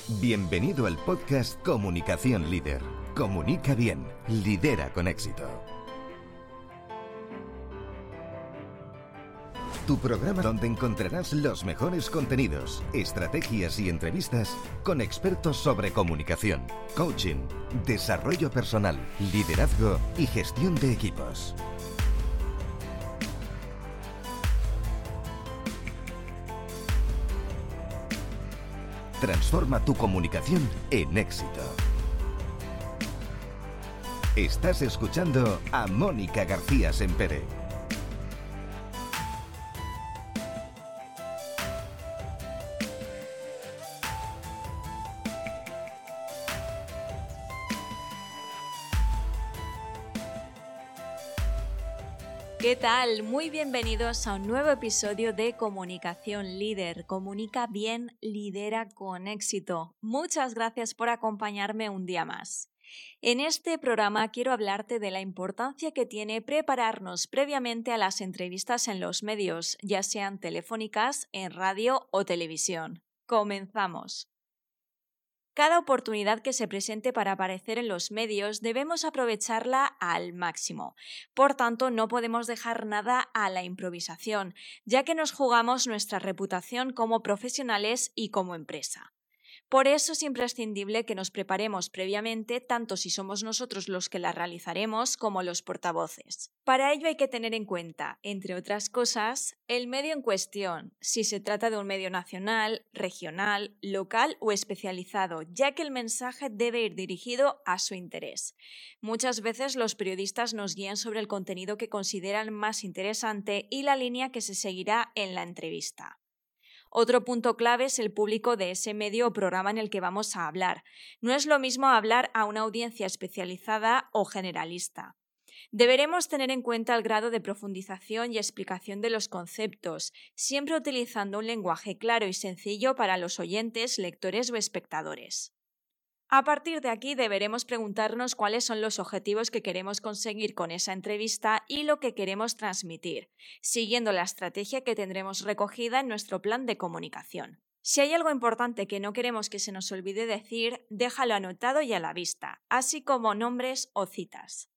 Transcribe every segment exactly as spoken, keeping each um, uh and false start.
Bienvenido al podcast Comunicación Líder. Comunica bien, lidera con éxito. Tu programa donde encontrarás los mejores contenidos, estrategias y entrevistas con expertos sobre comunicación, coaching, desarrollo personal, liderazgo y gestión de equipos. Transforma tu comunicación en éxito. Estás escuchando a Mónica García Sempere. ¿Qué tal? Muy bienvenidos a un nuevo episodio de Comunicación Líder. Comunica bien, lidera con éxito. Muchas gracias por acompañarme un día más. En este programa quiero hablarte de la importancia que tiene prepararnos previamente a las entrevistas en los medios, ya sean telefónicas, en radio o televisión. Comenzamos. Cada oportunidad que se presente para aparecer en los medios debemos aprovecharla al máximo. Por tanto, no podemos dejar nada a la improvisación, ya que nos jugamos nuestra reputación como profesionales y como empresa. Por eso es imprescindible que nos preparemos previamente, tanto si somos nosotros los que la realizaremos como los portavoces. Para ello hay que tener en cuenta, entre otras cosas, el medio en cuestión, si se trata de un medio nacional, regional, local o especializado, ya que el mensaje debe ir dirigido a su interés. Muchas veces los periodistas nos guían sobre el contenido que consideran más interesante y la línea que se seguirá en la entrevista. Otro punto clave es el público de ese medio o programa en el que vamos a hablar. No es lo mismo hablar a una audiencia especializada o generalista. Deberemos tener en cuenta el grado de profundización y explicación de los conceptos, siempre utilizando un lenguaje claro y sencillo para los oyentes, lectores o espectadores. A partir de aquí deberemos preguntarnos cuáles son los objetivos que queremos conseguir con esa entrevista y lo que queremos transmitir, siguiendo la estrategia que tendremos recogida en nuestro plan de comunicación. Si hay algo importante que no queremos que se nos olvide decir, déjalo anotado y a la vista, así como nombres o citas.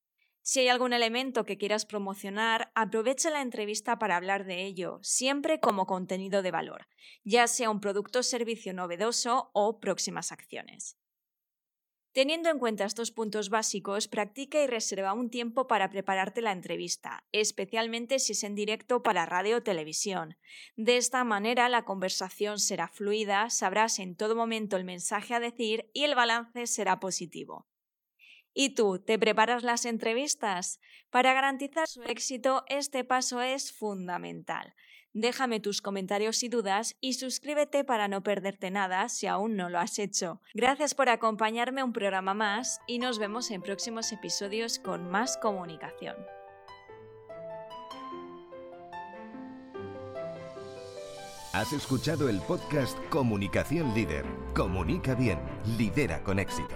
Si hay algún elemento que quieras promocionar, aprovecha la entrevista para hablar de ello, siempre como contenido de valor, ya sea un producto o servicio novedoso o próximas acciones. Teniendo en cuenta estos puntos básicos, practica y reserva un tiempo para prepararte la entrevista, especialmente si es en directo para radio o televisión. De esta manera la conversación será fluida, sabrás en todo momento el mensaje a decir y el balance será positivo. ¿Y tú, te preparas las entrevistas? Para garantizar su éxito, este paso es fundamental. Déjame tus comentarios y dudas y suscríbete para no perderte nada si aún no lo has hecho. Gracias por acompañarme a un programa más y nos vemos en próximos episodios con más comunicación. Has escuchado el podcast Comunicación Líder. Comunica bien, lidera con éxito.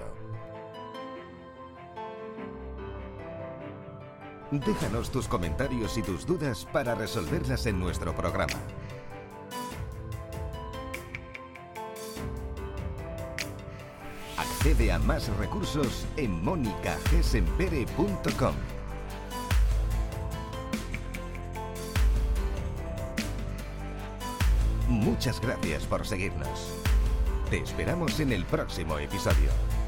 Déjanos tus comentarios y tus dudas para resolverlas en nuestro programa. Accede a más recursos en mónica g sempere punto com. Muchas gracias por seguirnos. Te esperamos en el próximo episodio.